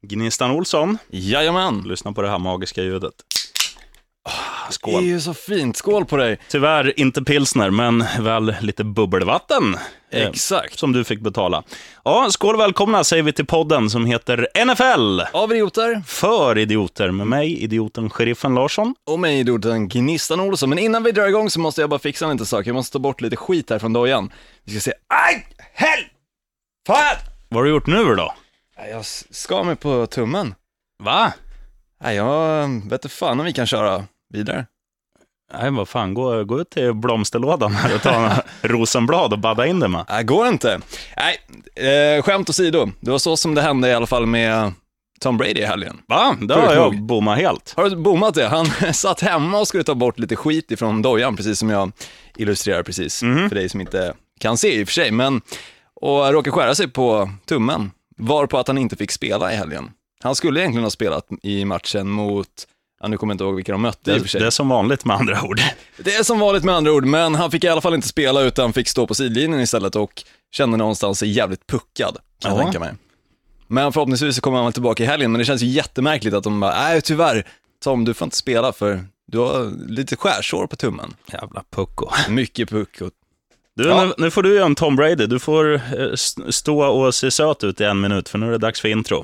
Gnistan Olsson. Jajamän. Lyssna på det här magiska ljudet. Skål. Det är ju så fint, skål på dig. Tyvärr inte pilsner, men väl lite bubbelvatten. Exakt. Som du fick betala. Ja, skål och välkomna säger vi till podden som heter NFL. Av idioter. För idioter, med mig, idioten Sheriffen Larsson. Och mig, idioten Gnistan Olsson. Men innan vi drar igång så måste jag bara fixa lite saker. Jag måste ta bort lite skit här från dojan. Vi ska se, aj, fan! Vad har du gjort nu då? Jag ska mig på tummen. Va? Nej, jag vet inte fan om vi kan köra vidare. Nej, vad fan, gå ut till blomsterlådan här och ta en rosenblad och badda in det med. Nej, går inte. Nej, skämt åsido. Det var så som det hände i alla fall med Tom Brady i helgen. Va? Det har jag bommat helt. Har du bommat det? Han satt hemma och skulle ta bort lite skit ifrån dojan, precis som jag illustrerar precis för dig som inte kan se i och för sig. Men, och råkade skära sig på tummen, var på att han inte fick spela i helgen. Han skulle egentligen ha spelat i matchen mot... Ja, nu kommer jag inte ihåg vilka de mötte i och för sig. Det är som vanligt med andra ord. Det är som vanligt med andra ord, men han fick i alla fall inte spela utan fick stå på sidlinjen istället och kände någonstans sig jävligt puckad, kan jag tänka mig. Men förhoppningsvis så kommer han väl tillbaka i helgen, men det känns ju jättemärkligt att de bara, nej tyvärr, Tom, du får inte spela för du har lite skärsår på tummen. Jävla pucko. Mycket pucko. Du, nu får du göra en Tom Brady. Du får stå och se söt ut i 1 minut, för nu är det dags för intro.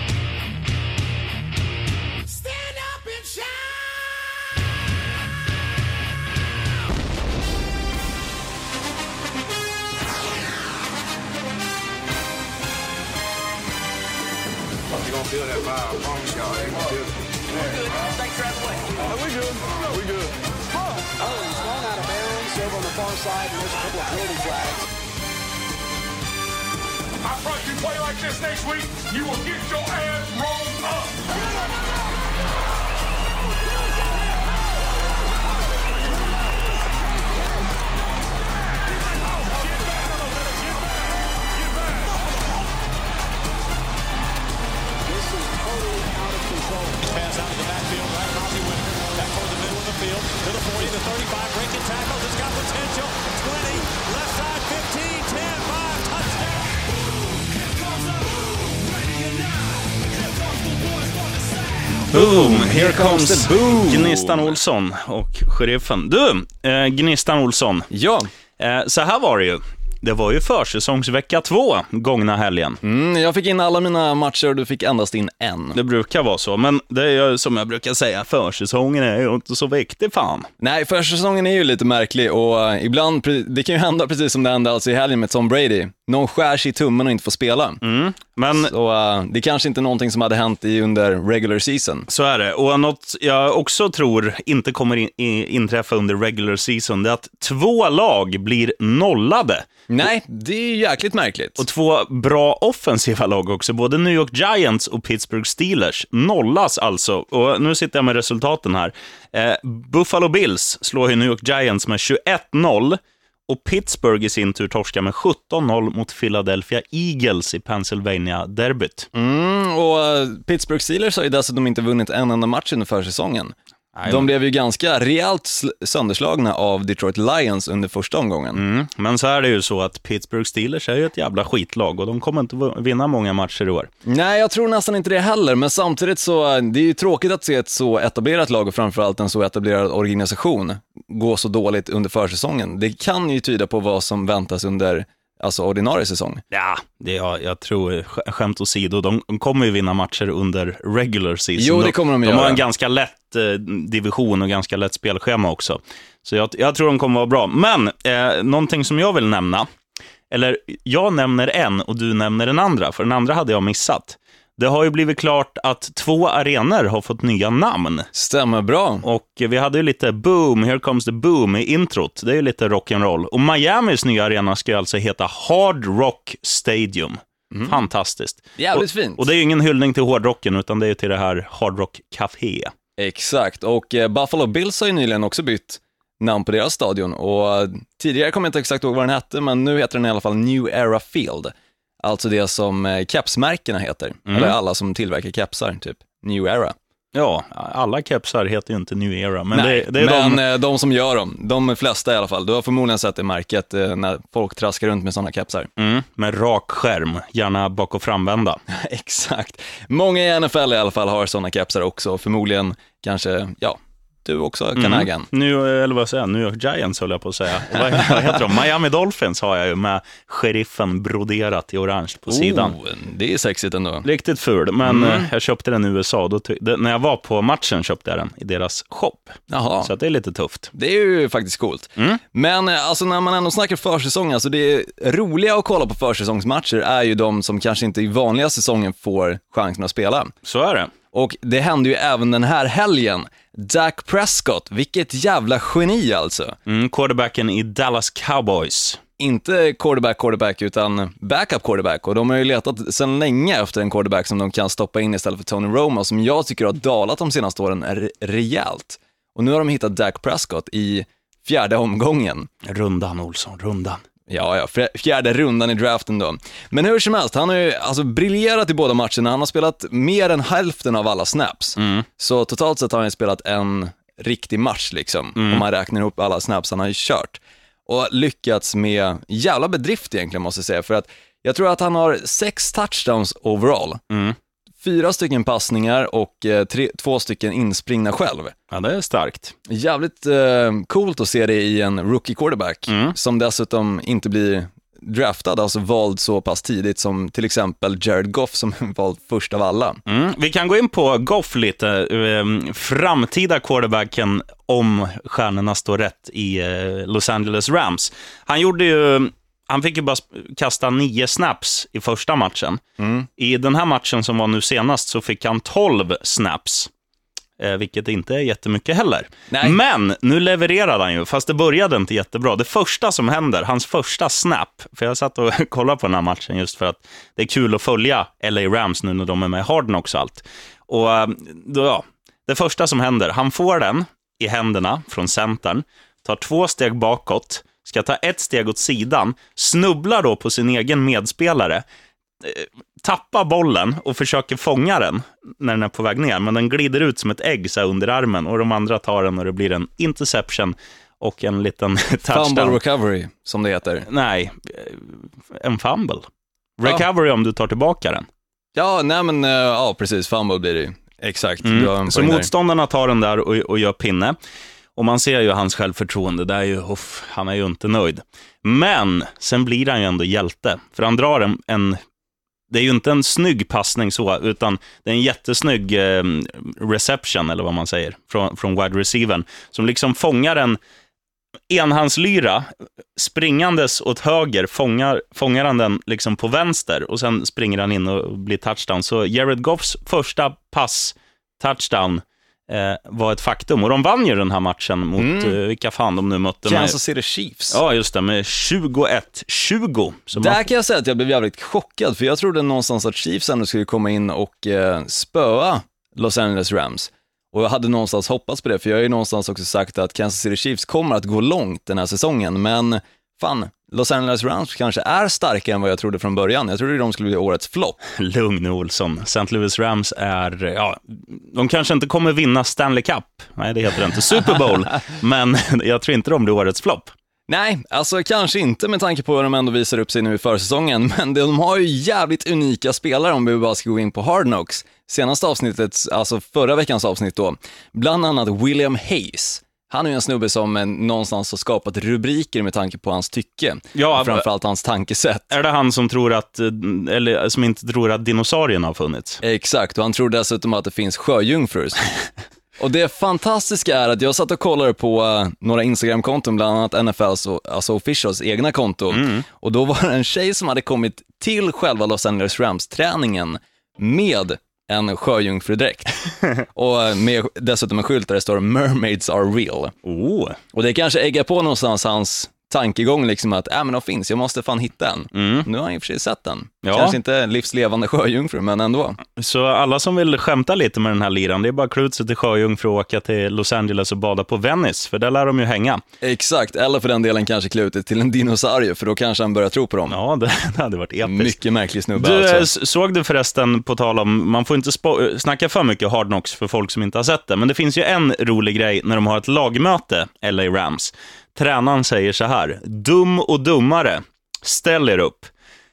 Feel that vibe, I promise y'all, they gonna feel it. We're good. Thanks for having the way. We good. We good. Oh, he's swung out of bounds over on the far side, and there's a couple of penalty flags. I promise you play like this next week, you will get your ass rolled up. Pass out of the backfield, right across the winner. Back toward the middle of the field. To the 40, the 35, breaking tackles. It's got potential. 20, left side, 15, 10, 5, touchdown. Boom, here comes the boom. Gnistan Olsson och Sheriffen. Du, Gnistan Olsson. Ja. Så här var det ju. Det var ju försäsongsvecka 2 gångna helgen. Jag fick in alla mina matcher och du fick endast in en. Det brukar vara så, men det är ju som jag brukar säga, försäsongen är ju inte så viktig fan. Nej, försäsongen är ju lite märklig och ibland, det kan ju hända precis som det hände alltså i helgen med Tom Brady. Någon skär sig i tummen och inte får spela. Men så det är kanske inte någonting som hade hänt under regular season. Så är det, och något jag också tror inte kommer inträffa under regular season, det är att 2 lag blir nollade. Nej, det är jäkligt märkligt. Och 2 bra offensiva lag också, både New York Giants och Pittsburgh Steelers nollas alltså. Och nu sitter jag med resultaten här. Buffalo Bills slår ju New York Giants med 21-0 och Pittsburgh i sin tur torskar med 17-0 mot Philadelphia Eagles i Pennsylvania-derbyt. Och Pittsburgh Steelers har ju dessutom inte vunnit en enda match under försäsongen. De blev ju ganska rejält sönderslagna av Detroit Lions under första omgången. Men så är det ju så att Pittsburgh Steelers är ju ett jävla skitlag och de kommer inte vinna många matcher i år. Nej, jag tror nästan inte det heller, men samtidigt så det är ju tråkigt att se ett så etablerat lag och framförallt en så etablerad organisation gå så dåligt under försäsongen. Det kan ju tyda på vad som väntas under alltså ordinarie säsong. Ja, jag tror, skämt åsido, de kommer ju vinna matcher under regular season. Jo, det kommer de göra. De har en ganska lätt division och ganska lätt spelschema också. Så jag tror de kommer vara bra. Men någonting som jag vill nämna, eller jag nämner en och du nämner den andra, för den andra hade jag missat. Det har ju blivit klart att 2 arenor har fått nya namn. Stämmer bra. Och vi hade ju lite boom, here comes the boom i introt. Det är ju lite rock'n'roll. Och Miamis nya arena ska ju alltså heta Hard Rock Stadium. Fantastiskt. Jävligt fint. Och det är ju ingen hyllning till hårdrocken, utan det är ju till det här Hard Rock Café. Exakt, och Buffalo Bills har ju nyligen också bytt namn på deras stadion. Och tidigare kommer jag inte exakt ihåg vad den hette, men nu heter den i alla fall New Era Field. Alltså det som capsmärkena heter. Eller alla som tillverkar capsar, typ New Era. Ja, alla kepsar heter ju inte New Era, men Nej, det är de som gör dem, de flesta i alla fall. Du har förmodligen sett det märket när folk traskar runt med sådana kepsar. med rak skärm, gärna bak- och framvända. Exakt. Många i NFL i alla fall har sådana kepsar också. Förmodligen kanske, ja, du också kan äga en. New York Giants höll jag på att säga. Vad heter de? Miami Dolphins har jag ju med sheriffen broderat i orange på sidan. Det är sexigt ändå. Riktigt ful, men jag köpte den i USA. När jag var på matchen köpte jag den i deras shop. Jaha. Så att det är lite tufft. Det är ju faktiskt coolt. Men alltså när man ändå snackar försäsong, alltså det roliga att kolla på försäsongsmatcher är ju de som kanske inte i vanliga säsongen får chansen att spela. Så är det. Och det hände ju även den här helgen. Dak Prescott, vilket jävla geni alltså. Quarterbacken i Dallas Cowboys. Inte quarterback utan backup quarterback. Och de har ju letat sedan länge efter en quarterback som de kan stoppa in istället för Tony Romo, som jag tycker har dalat de senaste åren rejält. Och nu har de hittat Dak Prescott i 4:e omgången. Rundan, Olsson, rundan. Ja, 4:e rundan i draften då. Men hur som helst, han har ju alltså briljerat i båda matcherna. Han har spelat mer än hälften av alla snaps. Så totalt sett har han spelat en riktig match liksom. Om man räknar ihop alla snaps han har ju kört. Och lyckats med jävla bedrift egentligen, måste jag säga. För att jag tror att han har 6 touchdowns overall. 4 stycken passningar och 2 stycken inspringna själv. Ja, det är starkt. Jävligt coolt att se det i en rookie quarterback som dessutom inte blir draftad, alltså vald så pass tidigt som till exempel Jared Goff som vald först av alla. Vi kan gå in på Goff lite. Framtida quarterbacken om stjärnorna står rätt i Los Angeles Rams. Han fick ju bara kasta 9 snaps i första matchen. I den här matchen som var nu senast så fick han 12 snaps. Vilket inte är jättemycket heller. Nej. Men nu levererade han ju, fast det började inte jättebra. Det första som händer, hans första snap, för jag satt och kollade på den här matchen just för att det är kul att följa LA Rams nu när de är med i Hard Knocks och allt. Och då, ja, det första som händer, han får den i händerna från centern, tar 2 steg bakåt, ska ta 1 steg åt sidan, snubblar då på sin egen medspelare, tappar bollen och försöker fånga den när den är på väg ner, men den glider ut som ett ägg så under armen och de andra tar den och det blir en interception och en liten touchdown. Fumble recovery, som det heter. Nej, en fumble. Recovery om du tar tillbaka den. Ja, nej men, ja precis, fumble blir det. Exakt. Så motståndarna tar den där och gör pinne. Och man ser ju hans självförtroende, det är ju, han är ju inte nöjd. Men sen blir han ju ändå hjälte. För han drar det är ju inte en snygg passning så, utan det är en jättesnygg reception, eller vad man säger, från wide receivern. Som liksom fångar en enhandslyra, springandes åt höger, fångar han den liksom på vänster. Och sen springer han in och blir touchdown. Så Jared Goffs första pass, touchdown, var ett faktum. Och de vann ju den här matchen mot vilka fan de nu mötte. Kansas City Chiefs. Ja, just det, med 21-20. Där kan jag säga att jag blev jävligt chockad, för jag trodde någonstans att Chiefs ändå skulle komma in och spöa Los Angeles Rams. Och jag hade någonstans hoppats på det, för jag har ju någonstans också sagt att Kansas City Chiefs kommer att gå långt den här säsongen. Men fan, Los Angeles Rams kanske är starkare än vad jag trodde från början. Jag trodde de skulle bli årets flopp. Lugn, Olsson. St. Louis Rams är, ja, de kanske inte kommer vinna Stanley Cup. Nej, det heter det inte. Super Bowl. Men jag tror inte de blir årets flopp. Nej, alltså kanske inte med tanke på hur de ändå visar upp sig nu i försäsongen. Men de har ju jävligt unika spelare om vi bara ska gå in på Hard Knocks. Senaste avsnittet, alltså förra veckans avsnitt då. Bland annat William Hayes. Han är ju en snubbe som någonstans har skapat rubriker med tanke på hans tycke. Ja, framförallt hans tankesätt. Är det han som tror att, eller som inte tror att dinosaurierna har funnits? Exakt, och han tror dessutom att det finns sjöjungfrur. Och det fantastiska är att jag satt och kollade på några Instagram-konton, bland annat NFLs, alltså Officials egna konto. Och då var det en tjej som hade kommit till själva Los Angeles Rams-träningen med en sjöjungfrudräkt. Och med dessutom en skylt där det står "Mermaids are real". Och det kanske äggar på någonstans hans tankegång liksom att men de finns, jag måste fan hitta den. Nu har han i och för sig sett den. Ja. Kanske inte livslevande sjöjungfru, men ändå. Så alla som vill skämta lite med den här liran, det är bara att klä ut sig till sjöjungfru och åka till Los Angeles och bada på Venice, för där lär de ju hänga. Exakt, eller för den delen kanske klä ut det till en dinosaurie, för då kanske han börjar tro på dem. Ja, det hade varit episkt. Mycket märklig snubbe Du, alltså. såg du förresten, på tal om, man får inte snacka för mycket Hard Knocks för folk som inte har sett det, men det finns ju en rolig grej när de har ett lagmöte, LA Rams. Tränaren säger så här: dum och dummare, ställ er upp.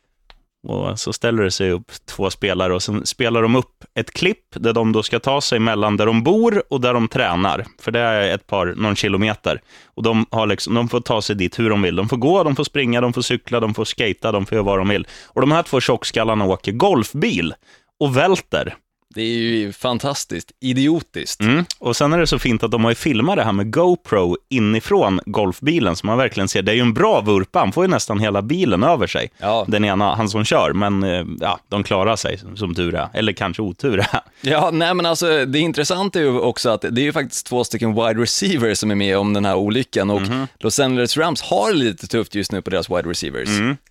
Och så ställer det sig upp 2 spelare och sen spelar de upp ett klipp där de då ska ta sig mellan där de bor och där de tränar. För det är någon kilometer. Och de får ta sig dit hur de vill. De får gå, de får springa, de får cykla, de får skata, de får göra vad de vill. Och de här 2 tjockskallarna åker golfbil och välter. Det är ju fantastiskt, idiotiskt. Och sen är det så fint att de har ju filmat det här med GoPro inifrån golfbilen, så man verkligen ser, det är ju en bra vurpa, han får ju nästan hela bilen över sig. Ja. Den ena, han som kör, men ja, de klarar sig som tur är, eller kanske otur är. Ja, nej men alltså det intressanta är ju också att det är ju faktiskt 2 stycken wide receivers som är med om den här olyckan, och Los Angeles Rams har lite tufft just nu på deras wide receivers.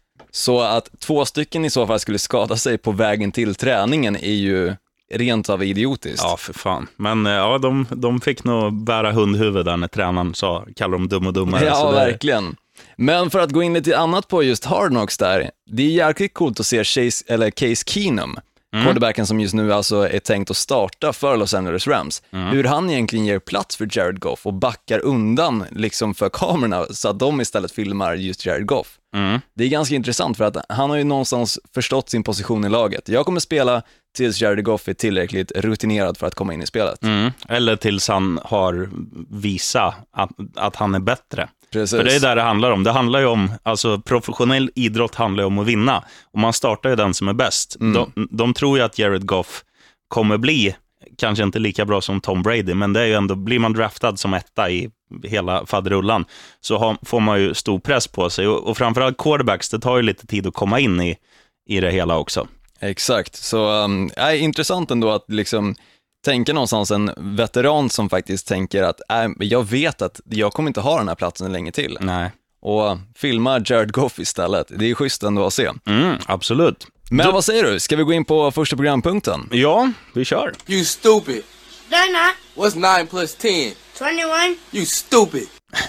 Så att 2 stycken i så fall skulle skada sig på vägen till träningen är ju rent av idiotiskt. Ja, för fan. Men ja, de fick nog bära hundhuvud där när tränaren kallar dem dum och dummare. Ja, så verkligen. Men för att gå in lite annat på just Hard Knocks där, det är jäkligt coolt att se Case Keenum, quarterbacken som just nu alltså är tänkt att starta för Los Angeles Rams. Hur han egentligen ger plats för Jared Goff och backar undan liksom för kamerorna så att de istället filmar just Jared Goff. Det är ganska intressant för att han har ju någonstans förstått sin position i laget. Jag kommer spela tills Jared Goff är tillräckligt rutinerad för att komma in i spelet. Eller tills han har visat att han är bättre. Precis. För det är där det handlar om. Det handlar ju om, alltså professionell idrott handlar ju om att vinna. Och man startar ju den som är bäst. De tror ju att Jared Goff kommer bli, kanske inte lika bra som Tom Brady, men det är ju ändå, blir man draftad som etta i hela faderullan, så får man ju stor press på sig. Och framförallt quarterbacks, det tar ju lite tid att komma in i det hela också. Exakt, så intressant ändå att liksom tänka någonstans en veteran som faktiskt tänker att jag vet att jag kommer inte ha den här platsen länge till. Nej. Och filma Jared Goff istället, det är schysst ändå att se. Absolut. Men vad säger du? Ska vi gå in på första programpunkten? Ja, vi kör. You stupid. They're not. What's 9 plus 10? 21. You stupid.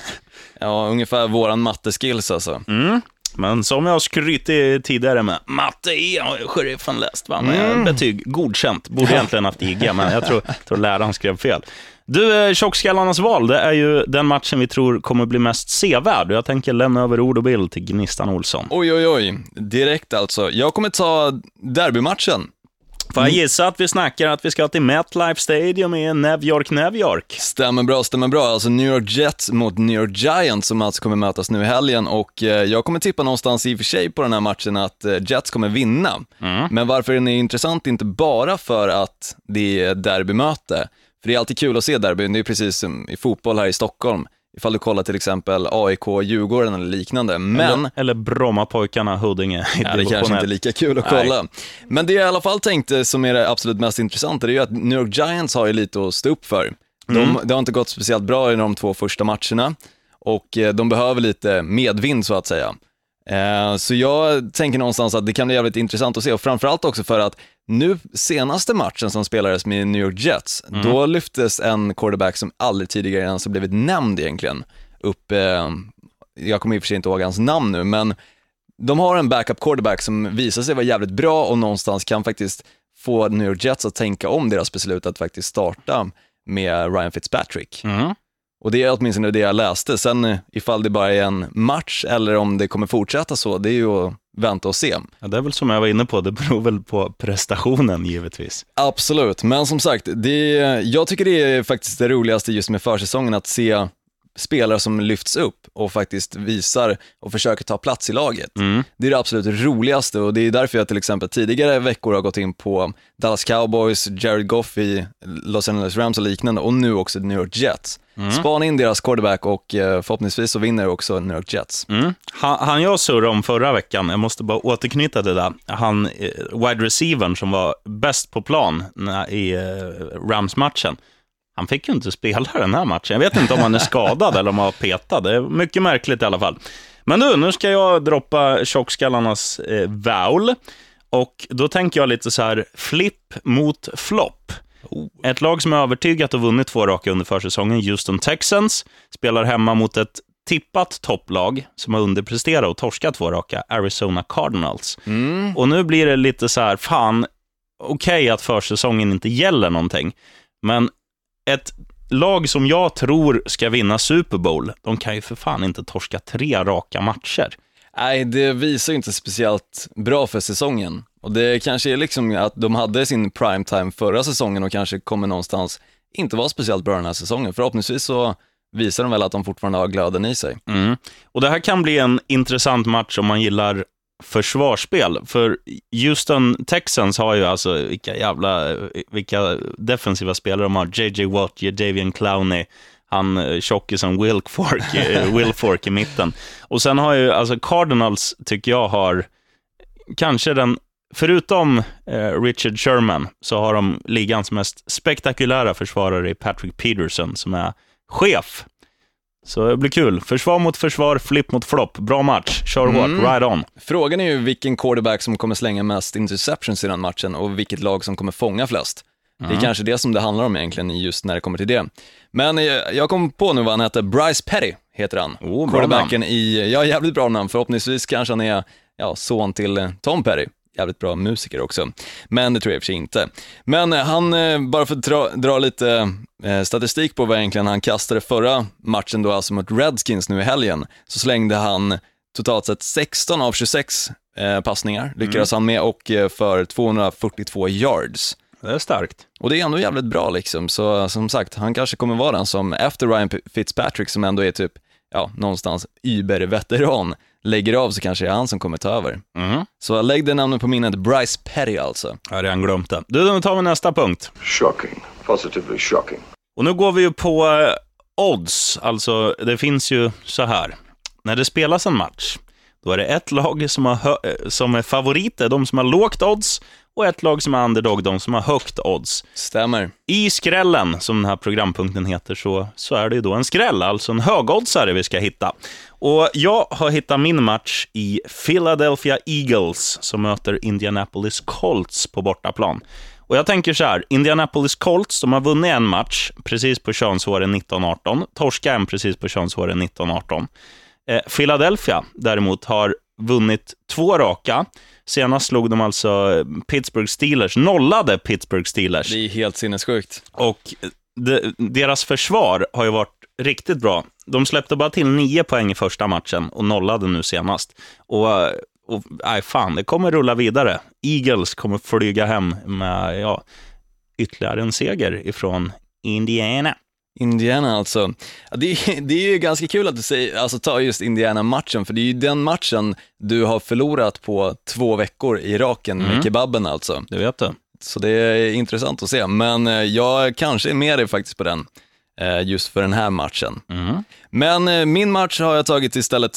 Ja, ungefär våran matteskills alltså. Men som jag skrytit tidigare med, matte har sheriffen läst, va? Men betyg godkänt. Borde egentligen haft IG, men jag tror läraren skrev fel. Du, tjockskallarnas val, det är ju den matchen vi tror kommer bli mest sevärd. Jag tänker lämna över ord och bild till Gnistan Olsson. Oj, direkt alltså. Jag kommer ta derbymatchen. Får jag gissa att vi snackar att vi ska till MetLife Stadium i New York? Stämmer bra. Alltså New York Jets mot New York Giants som alltså kommer mötas nu i helgen, och jag kommer tippa någonstans i och för sig på den här matchen att Jets kommer vinna. Men varför den är intressant inte bara för att det är derbymöte, för det är alltid kul att se derbyn, det är precis som i fotboll här i Stockholm. Ifall du kollar till exempel AIK, Djurgården eller liknande. Men eller Brommapojkarna, Huddinge. Ja, det är kanske inte lika kul att kolla. Nej. Men det jag i alla fall tänkte som är det absolut mest intressanta, det är ju att New York Giants har ju lite att stå upp för. Det har inte gått speciellt bra i de 2 första matcherna, och de behöver lite medvind så att säga. Så jag tänker någonstans att det kan bli jävligt intressant att se, och framförallt också för att nu senaste matchen som spelades med New York Jets, då lyftes en quarterback som aldrig tidigare ens har blivit nämnd egentligen upp, jag kommer i och för sig inte ihåg hans namn nu, men de har en backup quarterback som visar sig vara jävligt bra och någonstans kan faktiskt få New York Jets att tänka om deras beslut att faktiskt starta med Ryan Fitzpatrick. Och det är åtminstone det jag läste. Sen ifall det bara är en match eller om det kommer fortsätta så, det är ju att vänta och se. Ja, det är väl som jag var inne på, det beror väl på prestationen givetvis. Absolut, men som sagt, jag tycker det är faktiskt det roligaste just med försäsongen, att se spelare som lyfts upp och faktiskt visar och försöker ta plats i laget. Det är det absolut roligaste, och det är därför jag till exempel tidigare veckor har gått in på Dallas Cowboys, Jared Goff i Los Angeles Rams och liknande, och nu också New York Jets. Spana in deras quarterback och förhoppningsvis så vinner också New York Jets. Han jag surrade om förra veckan, jag måste bara återknyta det där. Han, wide receivern som var bäst på plan i Rams-matchen, han fick ju inte spela den här matchen. Jag vet inte om han är skadad eller om han var petad. Det är mycket märkligt i alla fall. Men nu ska jag droppa tjockskallarnas vaul. Och då tänker jag lite så här, flipp mot flopp. Ett lag som är övertygat och vunnit 2 raka under försäsongen, Houston Texans, spelar hemma mot ett tippat topplag som har underpresterat och torskat 2 raka, Arizona Cardinals. Och nu blir det lite så här, fan, okej att försäsongen inte gäller någonting, men ett lag som jag tror ska vinna Super Bowl, de kan ju för fan inte torska 3 raka matcher. Nej, det visar ju inte speciellt bra för säsongen. Och det kanske är liksom att de hade sin primetime förra säsongen och kanske kommer någonstans inte vara speciellt bra den här säsongen. Förhoppningsvis så visar de väl att de fortfarande har glöden i sig. Och det här kan bli en intressant match om man gillar försvarsspel. För Houston Texans har ju alltså vilka defensiva spelare de har. J.J. Watt, Jadavian Clowney, han tjockisen Will Fork i mitten. Och sen har ju alltså Cardinals, tycker jag, har kanske den, förutom Richard Sherman, så har de ligans mest spektakulära försvarare i Patrick Peterson som är chef. Så det blir kul. Försvar mot försvar, flipp mot flopp. Bra match. Kör hårt, right on. Frågan är ju vilken quarterback som kommer slänga mest interceptions i den matchen och vilket lag som kommer fånga flest. Det är kanske det som det handlar om egentligen just när det kommer till det. Men jag kom på nu vad han heter. Bryce Petty heter han. Quarterbacken i, jävligt bra namn. Förhoppningsvis kanske han är son till Tom Petty. Jävligt bra musiker också. Men det tror jag i och för sig inte. Men han, bara för att dra lite statistik på vad egentligen han kastade förra matchen då, alltså mot Redskins nu i helgen, så slängde han totalt sett 16 av 26 passningar. Lyckades han med, och för 242 yards. Det är starkt. Och det är ändå jävligt bra liksom. Så som sagt, han kanske kommer vara den som efter Ryan Fitzpatrick, som ändå är typ någonstans Uber-veteran, lägger av, så kanske är han som kommer ta över. Så lägg det namnet på minnet, Bryce Petty alltså. Jag har redan glömt det. Nu tar vi nästa punkt. Shocking. Positively shocking. Och nu går vi ju på odds. Alltså det finns ju så här. När det spelas en match, då är det ett lag som är favoriter, de som har lågt odds, och ett lag som är underdog, de som har högt odds. Stämmer. I skrällen, som den här programpunkten heter, så är det ju då en skräll, alltså en högoddsare vi ska hitta. Och jag har hittat min match i Philadelphia Eagles som möter Indianapolis Colts på bortaplan. Och jag tänker så här, Indianapolis Colts, de har vunnit en match precis på könsåren 1918, torska en precis på könsåren 1918. Philadelphia däremot har vunnit 2 raka. Senast slog de alltså Pittsburgh Steelers, nollade Pittsburgh Steelers. Det är helt sinnessjukt. Och deras försvar har ju varit riktigt bra. De släppte bara till 9 poäng i första matchen och nollade nu senast. Och det kommer rulla vidare. Eagles kommer flyga hem med ytterligare en seger ifrån Indiana. Indiana alltså. Det är ju ganska kul att du säger, alltså ta just Indiana-matchen, för det är ju den matchen du har förlorat på 2 veckor i raken med kebaben alltså. Det vet du. Så det är intressant att se, men jag kanske är med dig faktiskt på den, just för den här matchen. Men min match har jag tagit istället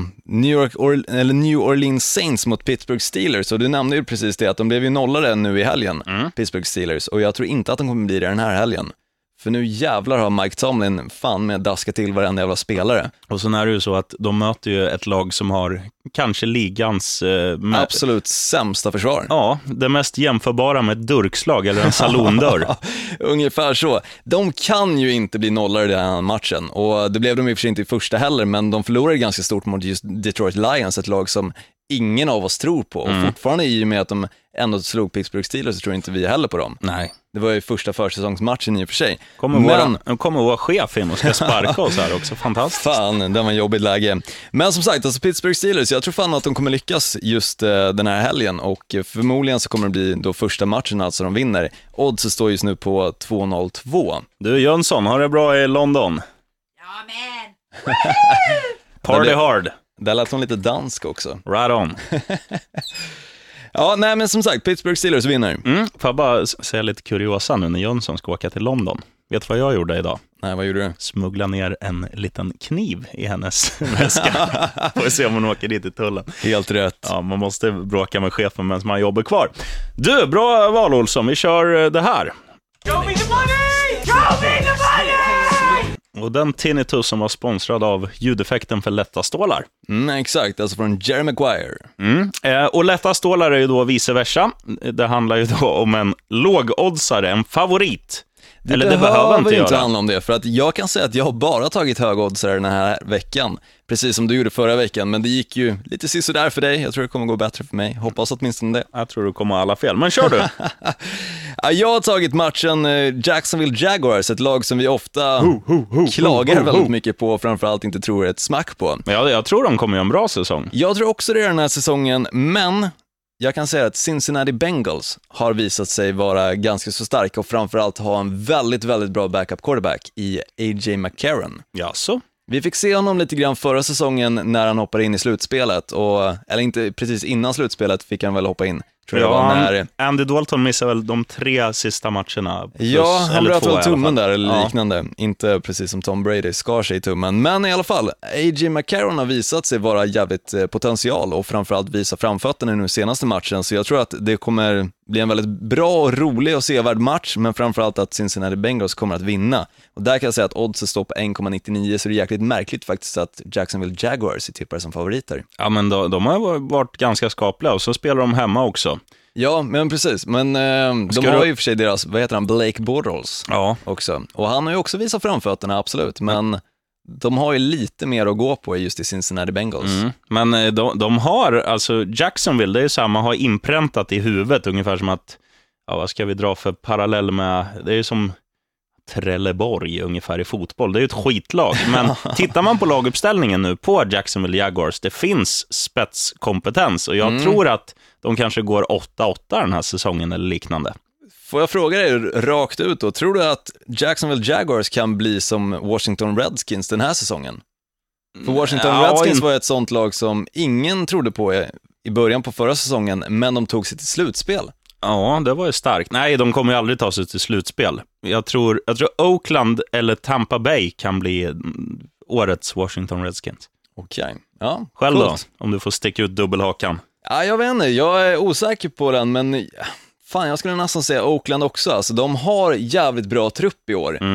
New Orleans Saints mot Pittsburgh Steelers, och du nämnde ju precis det att de blev ju nollade nu i helgen, Pittsburgh Steelers, och jag tror inte att de kommer bli det den här helgen. För nu jävlar har Mike Tomlin fan med daskat till varenda jävla spelare. Och så är det ju så att de möter ju ett lag som har kanske ligans absolut sämsta försvar. Ja, det mest jämförbara med ett durkslag eller en salondörr. Ungefär så. De kan ju inte bli nollare i den här matchen. Och det blev de i och för sig inte i första heller, men de förlorade ganska stort mot just Detroit Lions, ett lag som ingen av oss tror på. Och fortfarande i och med att de ändå slog Pittsburgh Steelers så tror inte vi heller på dem. Nej. Det var ju första försäsongsmatchen i och för sig. Kommer vara chef in och ska sparka oss här också. Fantastiskt. Fan, det var en jobbig läge. Men som sagt, alltså Pittsburgh Steelers, jag tror fan att de kommer lyckas just den här helgen. Och förmodligen så kommer det bli då första matchen alltså de vinner. Odds står just nu på 2,02. Du Jönsson, har det bra i London? Ja, man. Party hard. Där lät hon lite dansk också. Right on. Ja, nej men som sagt, Pittsburgh Steelers vinner. Får jag bara säga lite kuriosa nu när Jönsson ska åka till London. Vet du vad jag gjorde idag? Nej, vad gjorde du? Smuggla ner en liten kniv i hennes väska. Får se om hon åker dit i tullen. Helt rätt. Ja, man måste bråka med chefen medan man jobbar kvar. Du, bra val Olsson, vi kör det här. Show me the money! Show me the money! Och den tinnitus som var sponsrad av ljudeffekten för lätta stålar. Exakt, alltså från Jerry Maguire. Och lätta stålar är ju då vice versa. Det handlar ju då om en lågoddsare, en favorit. Det behöver inte handla om det, för att jag kan säga att jag har bara tagit högoddsare den här veckan, precis som du gjorde förra veckan, men det gick ju lite sisådär för dig. Jag tror det kommer gå bättre för mig, hoppas åtminstone det. Jag tror du kommer alla fel, men kör du. Jag har tagit matchen Jacksonville Jaguars, ett lag som vi ofta klagar väldigt mycket på, framförallt inte tror ett smack på. Ja, jag tror de kommer göra en bra säsong. Jag tror också det är den här säsongen, men jag kan säga att Cincinnati Bengals har visat sig vara ganska så starka och framförallt ha en väldigt, väldigt bra backup quarterback i A.J. McCarron. Jaså? Vi fick se honom lite grann förra säsongen när han hoppade in i slutspelet, eller inte precis innan slutspelet fick han väl hoppa in. Tror jag var när... Andy Dalton missade väl de 3 sista matcherna. Ja, han bröt väl tummen där eller liknande. Inte precis som Tom Brady skar sig i tummen. Men i alla fall, A.J. McCarron har visat sig vara jävligt potential och framförallt visa framfötterna nu senaste matchen. Så jag tror att det kommer bli en väldigt bra och rolig och sevärd match, men framförallt att Cincinnati Bengals kommer att vinna. Och där kan jag säga att oddset står på 1,99, så det är jäkligt märkligt faktiskt att Jacksonville Jaguars är tippade som favoriter. Ja, men de har varit ganska skapliga och så spelar de hemma också. Ja, men precis. Men de har ju för sig deras, vad heter han, Blake Bortles också. Och han har ju också visat framfötterna, absolut. Men de har ju lite mer att gå på just i Cincinnati Bengals. Men de har, alltså Jacksonville, det är samma, har inpräntat i huvudet ungefär som att, ja, vad ska vi dra för parallell med, det är ju som Trelleborg ungefär i fotboll. Det är ju ett skitlag, men tittar man på laguppställningen nu på Jacksonville Jaguars, det finns spetskompetens och jag tror att de kanske går 8-8 den här säsongen eller liknande. Får jag fråga dig rakt ut då, tror du att Jacksonville Jaguars kan bli som Washington Redskins den här säsongen? För Washington Redskins var ett sånt lag som ingen trodde på i början på förra säsongen, men de tog sig till slutspel. Ja, det var ju starkt. Nej, de kommer ju aldrig ta sig till slutspel. Jag tror Oakland eller Tampa Bay kan bli årets Washington Redskins. Okej. Ja, själv då, om du får sticka ut dubbelhakan. Ja, jag vet inte, jag är osäker på den, men fan, jag skulle nästan säga Oakland också. Alltså, de har jävligt bra trupp i år.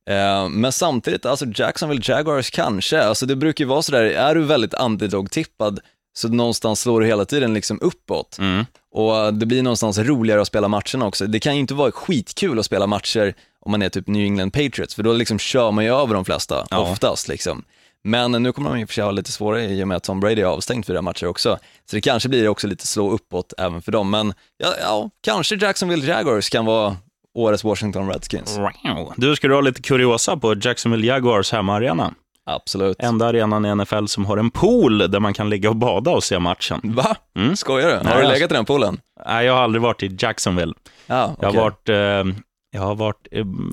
Men samtidigt, alltså Jacksonville Jaguars kanske, alltså det brukar ju vara sådär, är du väldigt underdog-tippad så någonstans slår du hela tiden liksom uppåt. Och det blir någonstans roligare att spela matcherna också. Det kan ju inte vara skitkul att spela matcher om man är typ New England Patriots, för då liksom kör man ju över de flesta, oftast liksom. Men nu kommer de i och för sig ha lite svårare i och med att Tom Brady är avstängt för 4 matcher också. Så det kanske blir också lite slå uppåt även för dem. Men ja, kanske Jacksonville Jaguars kan vara årets Washington Redskins. Wow. Du, ska du ha lite kuriosa på Jacksonville Jaguars hemmaarena? Absolut. Enda arenan i NFL som har en pool där man kan ligga och bada och se matchen. Va? Skojar du? Har du legat i den poolen? Nej, jag har aldrig varit i Jacksonville. Okay. Jag har varit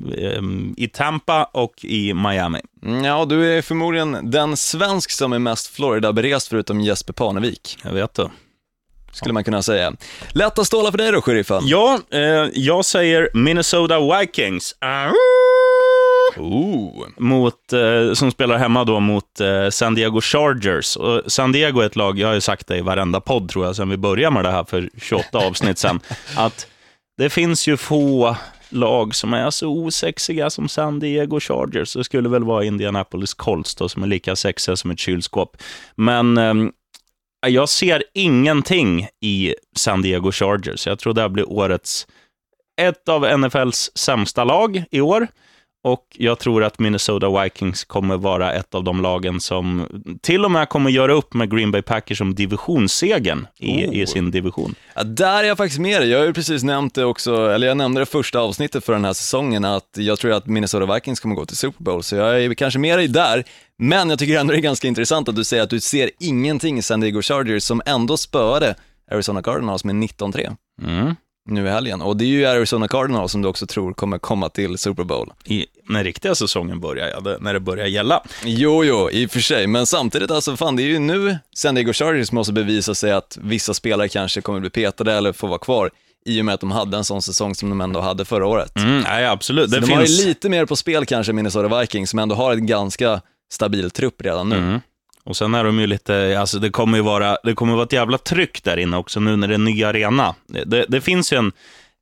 i Tampa och i Miami. Ja, du är förmodligen den svensk som är mest Florida-berest förutom Jesper Parnevik. Jag vet det. Skulle man kunna säga. Lätta stålar för dig då, sheriffen? Ja, jag säger Minnesota Vikings. Som spelar hemma då mot San Diego Chargers. Och San Diego är ett lag, jag har ju sagt det i varenda podd tror jag, sen vi började med det här för 28 avsnitt sen, att det finns ju få lag som är så osexiga som San Diego Chargers. Det skulle väl vara Indianapolis Colts då, som är lika sexiga som ett kylskåp. Men jag ser ingenting i San Diego Chargers. Jag tror det blir ett av NFLs sämsta lag i år. Och jag tror att Minnesota Vikings kommer vara ett av de lagen som till och med kommer göra upp med Green Bay Packers som divisionssegern i sin division. Ja, där är jag faktiskt med dig. Jag har ju precis nämnt det också, eller jag nämnde det första avsnittet för den här säsongen, att jag tror att Minnesota Vikings kommer gå till Super Bowl, så jag är kanske med dig där. Men jag tycker ändå det är ganska intressant att du säger att du ser ingenting i San Diego Chargers som ändå spöade Arizona Cardinals med 19-3. Nu i helgen. Och det är ju Arizona Cardinals som du också tror kommer komma till Super Bowl. När riktiga säsongen börjar, när det börjar gälla. Jo, i och för sig. Men samtidigt, alltså fan, det är ju nu San Diego Chargers måste bevisa sig att vissa spelare kanske kommer bli petade eller få vara kvar, i och med att de hade en sån säsong som de ändå hade förra året. Nej, absolut. Så de har ju lite mer på spel kanske Minnesota Vikings, som ändå har ett ganska stabil trupp redan nu. Och sen är de ju lite, alltså det kommer vara ett jävla tryck där inne också nu när det är en ny arena. Det finns ju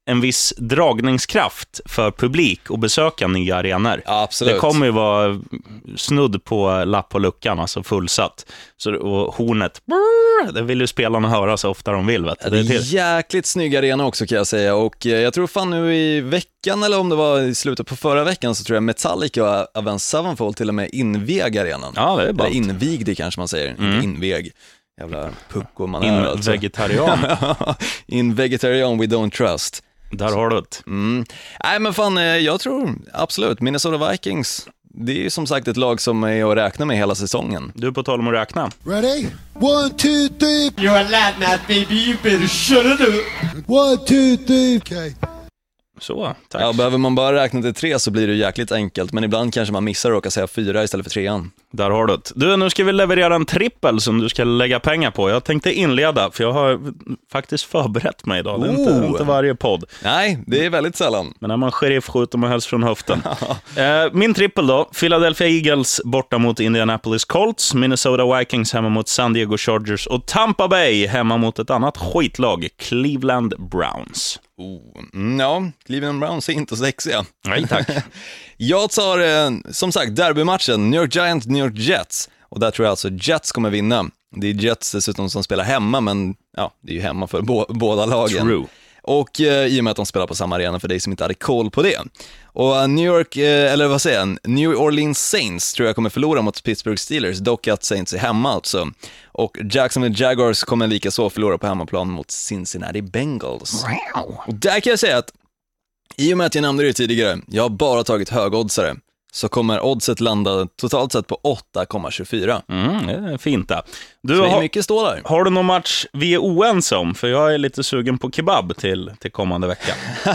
en viss dragningskraft för publik och besöka nya arenor. Ja, absolut. Det kommer ju vara snudd på lapp på luckan, alltså fullsatt. Så, och hornet, det vill ju spelarna höra så ofta de vill. Vet du. Det är jäkligt snygg arena också kan jag säga, och jag tror fan nu i veckan, eller om det var i slutet på förra veckan, så tror jag Metallica och Avenged Sevenfold till och med invig arenan. Ja, det är ballt. Eller invigde kanske man säger, inte invig. Jävla pucko man är alltså. Vegetarian. In vegetarian we don't trust. Där har du det. Nej men fan, jag tror absolut Minnesota Vikings, det är ju som sagt ett lag som är att räkna med hela säsongen. Du på tal om att räkna. Ready? 1, 2, 3. You're a lad now, baby. You better shut it up. 1, 2, 3. Okay. Så, tack. Ja, behöver man bara räkna till 3 så blir det jäkligt enkelt, men ibland kanske man missar och råkar säga 4 istället för 3. Där har du det. Du, nu ska vi leverera en trippel som du ska lägga pengar på. Jag tänkte inleda, för jag har faktiskt förberett mig idag. Det är inte varje podd. Nej, det är väldigt sällan. Men när man sheriff skjuter man helst från höften. Min trippel då. Philadelphia Eagles borta mot Indianapolis Colts. Minnesota Vikings hemma mot San Diego Chargers. Och Tampa Bay hemma mot ett annat skitlag, Cleveland Browns. Ja, Cleveland Browns är inte så sexiga. Nej, tack. Jag tar, som sagt, derbymatchen, New York Giants, New York Jets. Och där tror jag alltså Jets kommer vinna. Det är Jets dessutom som spelar hemma, men ja, det är ju hemma för båda lagen. True. Och i och med att de spelar på samma arena, för dig som inte hade koll på det. Och New York, eller vad säger jag, New Orleans Saints tror jag kommer förlora mot Pittsburgh Steelers, dock att Saints är hemma alltså. Och Jacksonville Jaguars kommer lika så förlora på hemmaplan mot Cincinnati Bengals. Wow. Och där kan jag säga att i och med att jag nämnde det tidigare, jag har bara tagit högoddsare, så kommer oddset landa totalt sett på 8,24. Det är fint det. Du, Så det är mycket stå där. Har du någon match vi är oense om? För jag är lite sugen på kebab till kommande vecka.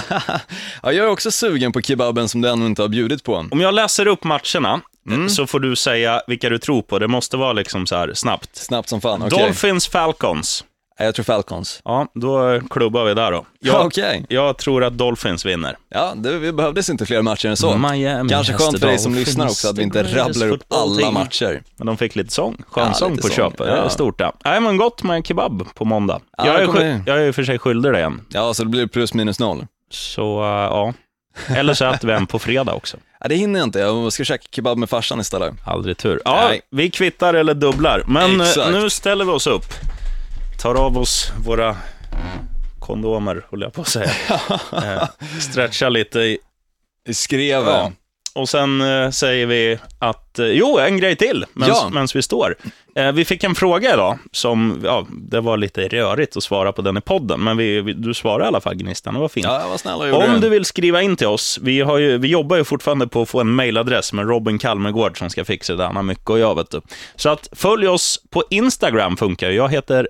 Ja, jag är också sugen på kebaben som du ännu inte har bjudit på. Om jag läser upp matcherna så får du säga vilka du tror på. Det måste vara liksom så här snabbt. Snabbt som fan, okej. Dolphins, Falcons. Jag tror Falcons. Ja, då klubbar vi där då. Jag tror att Dolphins vinner. Ja, vi behövdes inte fler matcher än så. Miami, kanske skönt för dig som lyssnar också att vi inte rabblar upp alla matcher. Men de fick lite skönsång lite på sång. köpet. Det är stort det. Nej, men gott med kebab på måndag. Ja, jag är i och för sig skyldig det igen. Ja, så det blir plus minus 0. Så ja. Eller så äter vi en på fredag också. Ja, det hinner jag inte. Jag ska käka kebab med farsan istället. Aldrig tur. Ja, Nej. vi kvittar eller dubblar. Men Exakt. nu ställer vi oss upp. Tar av oss våra kondomer, håller jag på att säga. Stretcha lite i skreven. Ja. Och sen säger vi att, en grej till medan vi står. Vi fick en fråga idag som, det var lite rörigt att svara på den i podden, men du svarade i alla fall, Gnistan, det var fint. Ja, jag var snäll och gjorde Om det. du vill skriva in till oss, vi jobbar ju fortfarande på att få en mailadress med Robin Kalmegård som ska fixa det, han har mycket att göra, vet du. Så att följ oss på Instagram funkar. Jag heter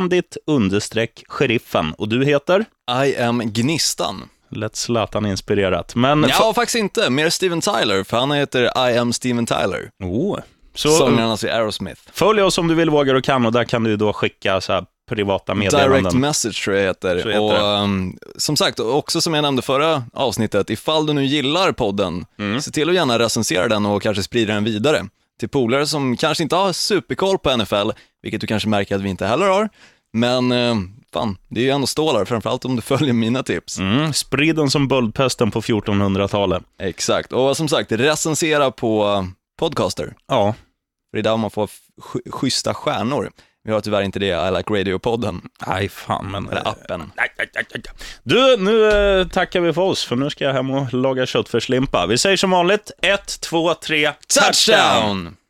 bandit_sheriffen och du heter? I am Gnistan. Lätt Zlatan inspirerat. Men faktiskt inte. Mer Steven Tyler, för han heter I am Steven Tyler. Så sångaren alltså i Aerosmith. Följ oss om du vill, vågar och kan, och där kan du då skicka så här privata meddelanden. Direct message tror jag heter. Och som sagt, också som jag nämnde förra avsnittet, ifall du nu gillar podden, se till att gärna recensera den och kanske sprida den vidare till polare som kanske inte har superkoll på NFL, vilket du kanske märker att vi inte heller har. Men fan, det är ju ändå stålar, framförallt om du följer mina tips. Sprid den som böldpesten på 1400-talet. Exakt, och som sagt, recensera på Podcaster. Ja. För det är där man får schyssta stjärnor. Vi har tyvärr inte det, I Like Radio-podden. Nej, fan, men... Eller appen. Du, nu tackar vi för oss, för nu ska jag hem och laga köttfärslimpa. Vi säger som vanligt, 1, 2, 3, touchdown!